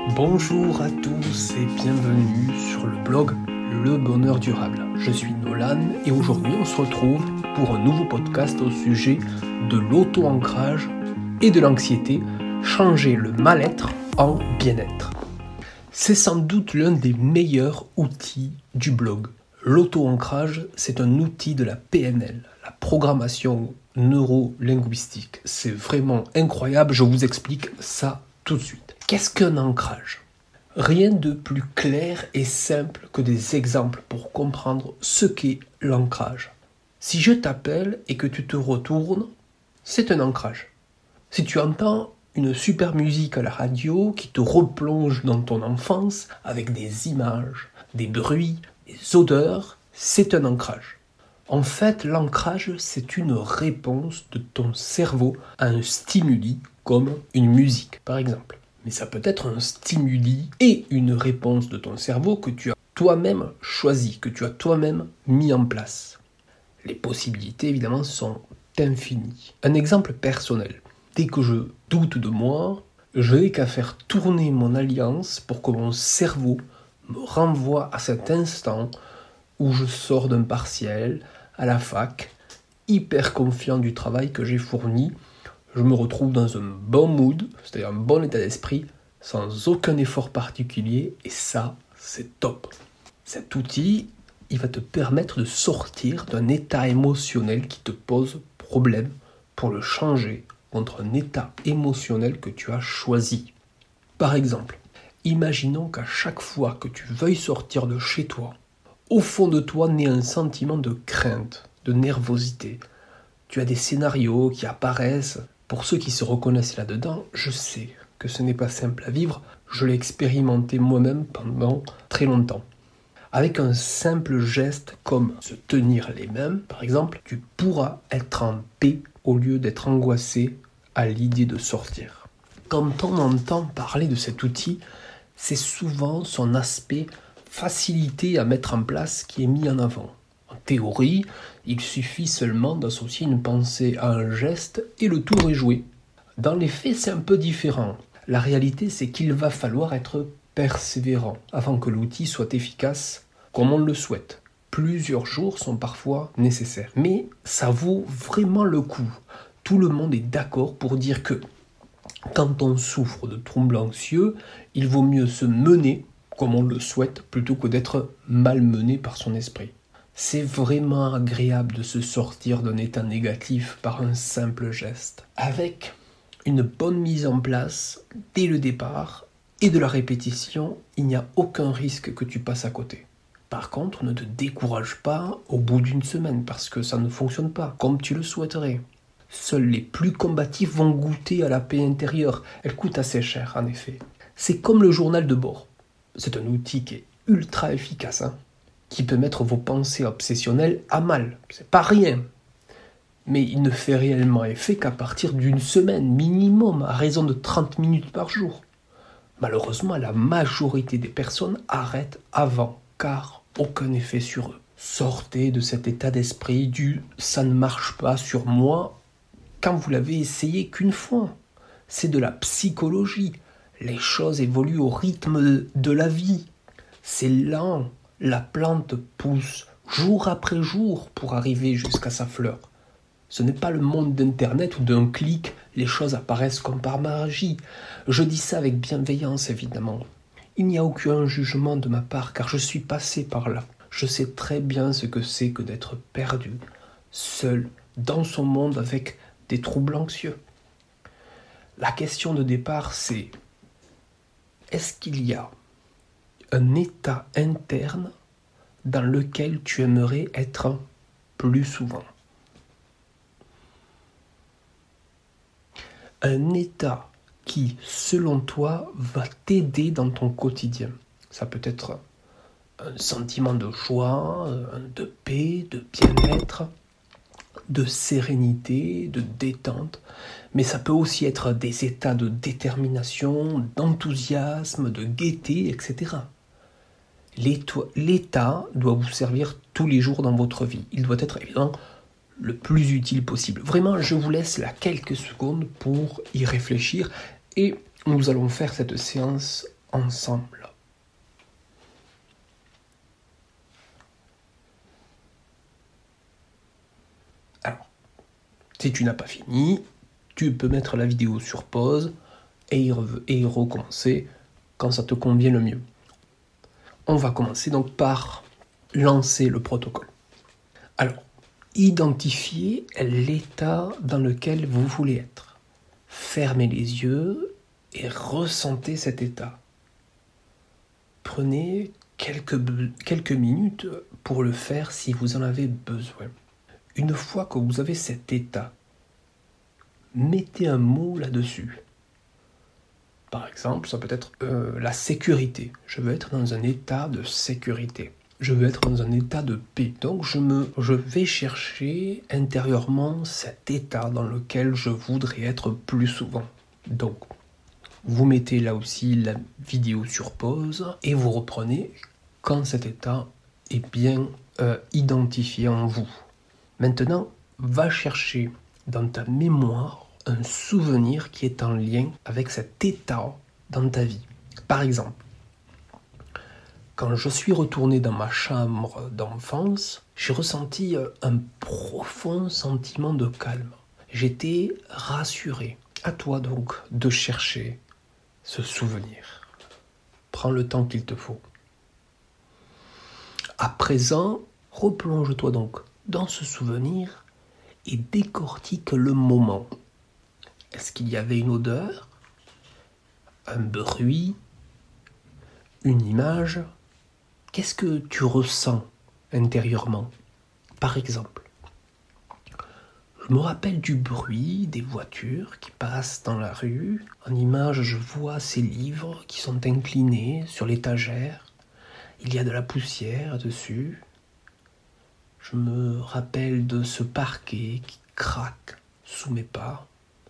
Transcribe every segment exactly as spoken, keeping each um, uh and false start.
Bonjour à tous et bienvenue sur le blog Le Bonheur Durable. Je suis Nolan et aujourd'hui on se retrouve pour un nouveau podcast au sujet de l'auto-ancrage et de l'anxiété, changer le mal-être en bien-être. C'est sans doute l'un des meilleurs outils du blog. L'auto-ancrage, c'est un outil de la P N L, la programmation neuro-linguistique. C'est vraiment incroyable, je vous explique ça tout de suite. Qu'est-ce qu'un ancrage ? Rien de plus clair et simple que des exemples pour comprendre ce qu'est l'ancrage. Si je t'appelle et que tu te retournes, c'est un ancrage. Si tu entends une super musique à la radio qui te replonge dans ton enfance avec des images, des bruits, des odeurs, c'est un ancrage. En fait, l'ancrage, c'est une réponse de ton cerveau à un stimuli comme une musique, par exemple. Mais ça peut être un stimuli et une réponse de ton cerveau que tu as toi-même choisi, que tu as toi-même mis en place. Les possibilités, évidemment, sont infinies. Un exemple personnel. Dès que je doute de moi, je n'ai qu'à faire tourner mon alliance pour que mon cerveau me renvoie à cet instant où je sors d'un partiel à la fac, hyper confiant du travail que j'ai fourni. Je me retrouve dans un bon mood, c'est-à-dire un bon état d'esprit, sans aucun effort particulier, et ça, c'est top. Cet outil, il va te permettre de sortir d'un état émotionnel qui te pose problème pour le changer contre un état émotionnel que tu as choisi. Par exemple, imaginons qu'à chaque fois que tu veuilles sortir de chez toi, au fond de toi naît un sentiment de crainte, de nervosité. Tu as des scénarios qui apparaissent. Pour ceux qui se reconnaissent là-dedans, je sais que ce n'est pas simple à vivre, je l'ai expérimenté moi-même pendant très longtemps. Avec un simple geste comme se tenir les mains, par exemple, tu pourras être en paix au lieu d'être angoissé à l'idée de sortir. Quand on entend parler de cet outil, c'est souvent son aspect facilité à mettre en place qui est mis en avant. En théorie, il suffit seulement d'associer une pensée à un geste et le tour est joué. Dans les faits, c'est un peu différent. La réalité, c'est qu'il va falloir être persévérant avant que l'outil soit efficace comme on le souhaite. Plusieurs jours sont parfois nécessaires. Mais ça vaut vraiment le coup. Tout le monde est d'accord pour dire que quand on souffre de troubles anxieux, il vaut mieux se mener comme on le souhaite plutôt que d'être malmené par son esprit. C'est vraiment agréable de se sortir d'un état négatif par un simple geste. Avec une bonne mise en place dès le départ et de la répétition, il n'y a aucun risque que tu passes à côté. Par contre, ne te décourage pas au bout d'une semaine parce que ça ne fonctionne pas comme tu le souhaiterais. Seuls les plus combatifs vont goûter à la paix intérieure. Elle coûte assez cher en effet. C'est comme le journal de bord. C'est un outil qui est ultra efficace, hein, qui peut mettre vos pensées obsessionnelles à mal. C'est pas rien. Mais il ne fait réellement effet qu'à partir d'une semaine minimum, à raison de trente minutes par jour. Malheureusement, la majorité des personnes arrêtent avant, car aucun effet sur eux. Sortez de cet état d'esprit du « ça ne marche pas sur moi » quand vous l'avez essayé qu'une fois. C'est de la psychologie. Les choses évoluent au rythme de la vie. C'est lent. La plante pousse jour après jour pour arriver jusqu'à sa fleur. Ce n'est pas le monde d'Internet où d'un clic, les choses apparaissent comme par magie. Je dis ça avec bienveillance, évidemment. Il n'y a aucun jugement de ma part, car je suis passé par là. Je sais très bien ce que c'est que d'être perdu, seul, dans son monde avec des troubles anxieux. La question de départ, c'est est-ce qu'il y a un état interne dans lequel tu aimerais être plus souvent. Un état qui, selon toi, va t'aider dans ton quotidien. Ça peut être un sentiment de joie, de paix, de bien-être, de sérénité, de détente. Mais ça peut aussi être des états de détermination, d'enthousiasme, de gaieté, et cetera. L'état doit vous servir tous les jours dans votre vie. Il doit être évidemment le plus utile possible. Vraiment, je vous laisse là quelques secondes pour y réfléchir et nous allons faire cette séance ensemble. Alors, si tu n'as pas fini, tu peux mettre la vidéo sur pause et y, re- et y recommencer quand ça te convient le mieux. On va commencer donc par lancer le protocole. Alors, identifiez l'état dans lequel vous voulez être. Fermez les yeux et ressentez cet état. Prenez quelques, quelques minutes pour le faire si vous en avez besoin. Une fois que vous avez cet état, mettez un mot là-dessus. Par exemple, ça peut être euh, la sécurité. Je veux être dans un état de sécurité. Je veux être dans un état de paix. Donc je, me, je vais chercher intérieurement cet état dans lequel je voudrais être plus souvent. Donc, vous mettez là aussi la vidéo sur pause et vous reprenez quand cet état est bien euh, identifié en vous. Maintenant, va chercher dans ta mémoire un souvenir qui est en lien avec cet état dans ta vie. Par exemple, quand je suis retourné dans ma chambre d'enfance, j'ai ressenti un profond sentiment de calme. J'étais rassuré. À toi donc de chercher ce souvenir. Prends le temps qu'il te faut. À présent, replonge-toi donc dans ce souvenir et décortique le moment. Est-ce qu'il y avait une odeur, un bruit, une image? Qu'est-ce que tu ressens intérieurement? Par exemple, je me rappelle du bruit des voitures qui passent dans la rue. En image, je vois ces livres qui sont inclinés sur l'étagère. Il y a de la poussière dessus. Je me rappelle de ce parquet qui craque sous mes pas.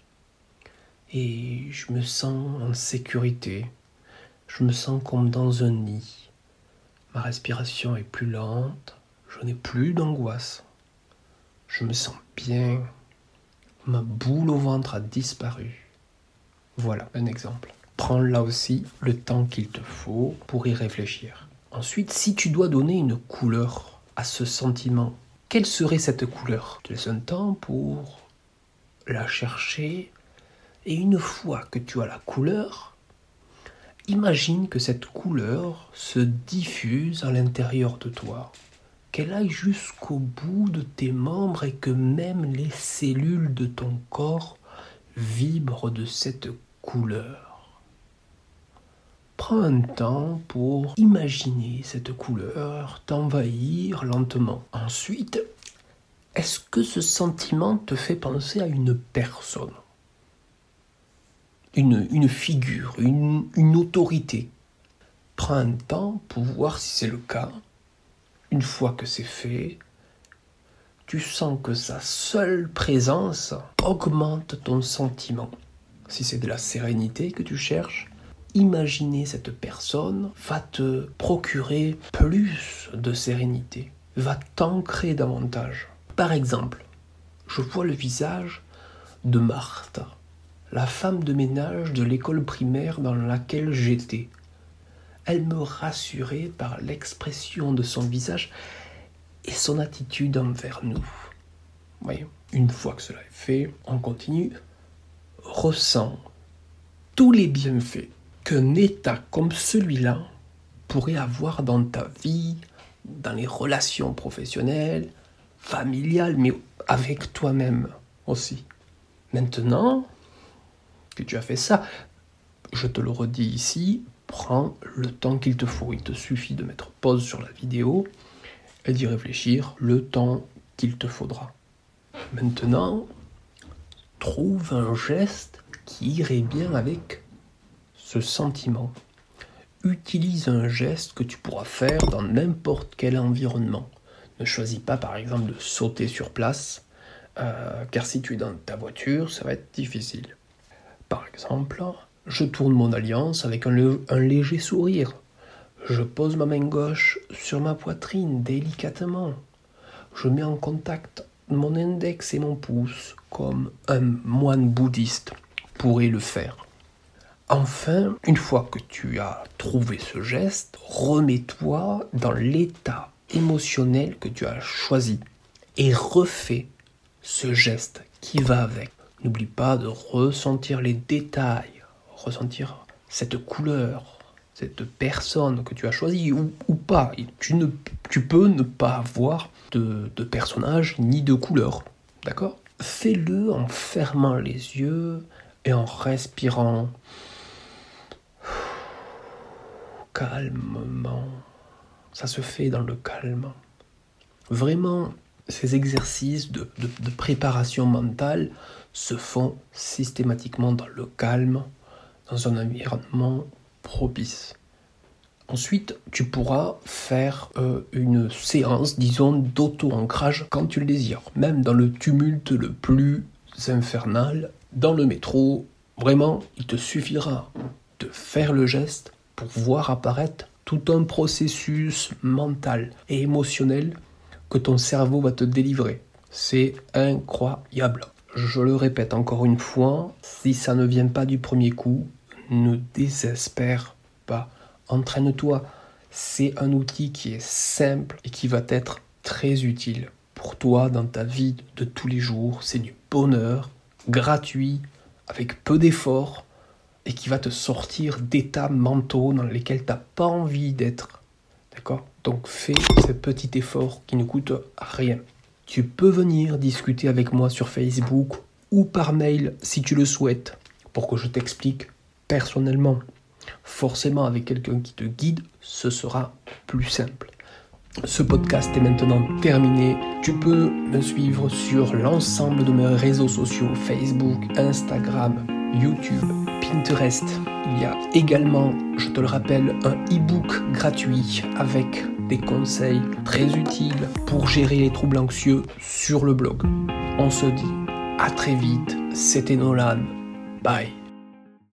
Et je me sens en sécurité. Je me sens comme dans un nid. Ma respiration est plus lente. Je n'ai plus d'angoisse. Je me sens bien. Ma boule au ventre a disparu. Voilà un exemple. Prends là aussi le temps qu'il te faut pour y réfléchir. Ensuite, si tu dois donner une couleur à ce sentiment, quelle serait cette couleur? Tu laisses un temps pour la chercher. Et une fois que tu as la couleur, imagine que cette couleur se diffuse à l'intérieur de toi, qu'elle aille jusqu'au bout de tes membres et que même les cellules de ton corps vibrent de cette couleur. Prends un temps pour imaginer cette couleur t'envahir lentement. Ensuite, est-ce que ce sentiment te fait penser à une personne ? Une, une figure, une, une autorité. Prends un temps pour voir si c'est le cas. Une fois que c'est fait, tu sens que sa seule présence augmente ton sentiment. Si c'est de la sérénité que tu cherches, imaginer cette personne va te procurer plus de sérénité, va t'ancrer davantage. Par exemple, je vois le visage de Marthe, la femme de ménage de l'école primaire dans laquelle j'étais. Elle me rassurait par l'expression de son visage et son attitude envers nous. Voyez, une fois que cela est fait, on continue. Ressens tous les bienfaits qu'un état comme celui-là pourrait avoir dans ta vie, dans les relations professionnelles, familiales, mais avec toi-même aussi. Maintenant que tu as fait ça, je te le redis ici, prends le temps qu'il te faut. Il te suffit de mettre pause sur la vidéo et d'y réfléchir le temps qu'il te faudra. Maintenant, trouve un geste qui irait bien avec ce sentiment. Utilise un geste que tu pourras faire dans n'importe quel environnement. Ne choisis pas par exemple de sauter sur place, euh, car si tu es dans ta voiture, ça va être difficile. Par exemple, je tourne mon alliance avec un, le- un léger sourire. Je pose ma main gauche sur ma poitrine délicatement. Je mets en contact mon index et mon pouce comme un moine bouddhiste pourrait le faire. Enfin, une fois que tu as trouvé ce geste, remets-toi dans l'état émotionnel que tu as choisi et refais ce geste qui va avec. N'oublie pas de ressentir les détails, ressentir cette couleur, cette personne que tu as choisie ou, ou pas. Tu, ne, tu peux ne pas avoir de, de personnage ni de couleur, d'accord ? Fais-le en fermant les yeux et en respirant calmement. Ça se fait dans le calme. Vraiment, ces exercices de, de, de préparation mentale se font systématiquement dans le calme, dans un environnement propice. Ensuite, tu pourras faire euh, une séance, disons, d'auto-ancrage quand tu le désires. Même dans le tumulte le plus infernal, dans le métro, vraiment, il te suffira de faire le geste pour voir apparaître tout un processus mental et émotionnel que ton cerveau va te délivrer. C'est incroyable. Je le répète encore une fois, si ça ne vient pas du premier coup, ne désespère pas. Entraîne-toi. C'est un outil qui est simple et qui va être très utile pour toi dans ta vie de tous les jours. C'est du bonheur, gratuit, avec peu d'efforts et qui va te sortir d'états mentaux dans lesquels tu n'as pas envie d'être. D'accord ? Donc fais ce petit effort qui ne coûte rien. Tu peux venir discuter avec moi sur Facebook ou par mail si tu le souhaites pour que je t'explique personnellement. Forcément, avec quelqu'un qui te guide, ce sera plus simple. Ce podcast est maintenant terminé. Tu peux me suivre sur l'ensemble de mes réseaux sociaux, Facebook, Instagram, YouTube, Pinterest. Il y a également, je te le rappelle, un e-book gratuit avec des conseils très utiles pour gérer les troubles anxieux sur le blog. On se dit à très vite. C'était Nolan. Bye.